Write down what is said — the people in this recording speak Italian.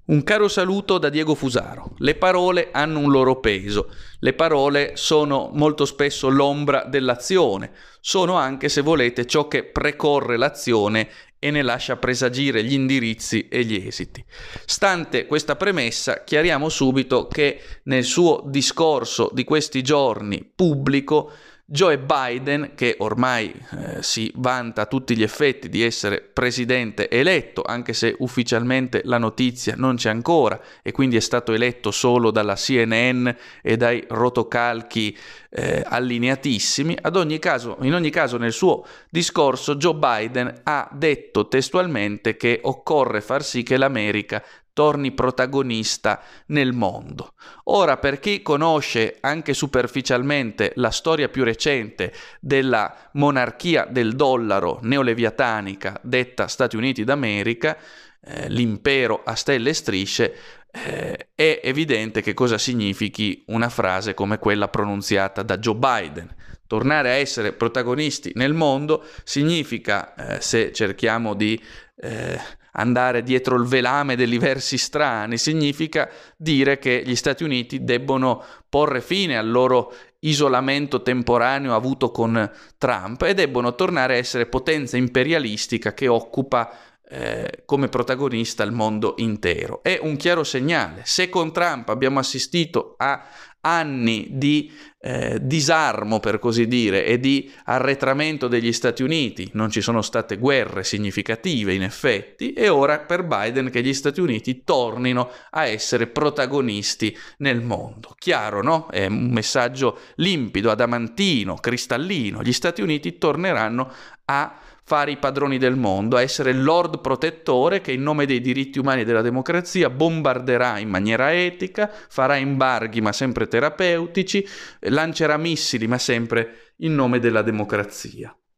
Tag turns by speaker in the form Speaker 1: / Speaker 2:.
Speaker 1: Un caro saluto da Diego Fusaro. Le parole hanno un loro peso. Le parole sono molto spesso l'ombra dell'azione. Sono anche, se volete, ciò che precorre l'azione e ne lascia presagire gli indirizzi e gli esiti. Stante questa premessa, chiariamo subito che nel suo discorso di questi giorni pubblico, Joe Biden, che ormai si vanta a tutti gli effetti di essere presidente eletto, anche se ufficialmente la notizia non c'è ancora e quindi è stato eletto solo dalla CNN e dai rotocalchi allineatissimi, in ogni caso nel suo discorso Joe Biden ha detto testualmente che occorre far sì che l'America torni protagonista nel mondo. Ora, per chi conosce anche superficialmente la storia più recente della monarchia del dollaro neoleviatanica detta Stati Uniti d'America, l'impero a stelle e strisce, è evidente che cosa significhi una frase come quella pronunziata da Joe Biden. Tornare a essere protagonisti nel mondo significa, se cerchiamo di andare dietro il velame degli versi strani, significa dire che gli Stati Uniti debbono porre fine al loro isolamento temporaneo avuto con Trump e debbono tornare a essere potenza imperialistica che occupa come protagonista il mondo intero. È un chiaro segnale. Se con Trump abbiamo assistito a anni di disarmo, per così dire, e di arretramento degli Stati Uniti, non ci sono state guerre significative in effetti, è ora per Biden che gli Stati Uniti tornino a essere protagonisti nel mondo. Chiaro, no? È un messaggio limpido, adamantino, cristallino. Gli Stati Uniti torneranno a fare i padroni del mondo, a essere il Lord protettore che in nome dei diritti umani e della democrazia bombarderà in maniera etica, farà embarghi ma sempre terapeutici, lancerà missili ma sempre in nome della democrazia.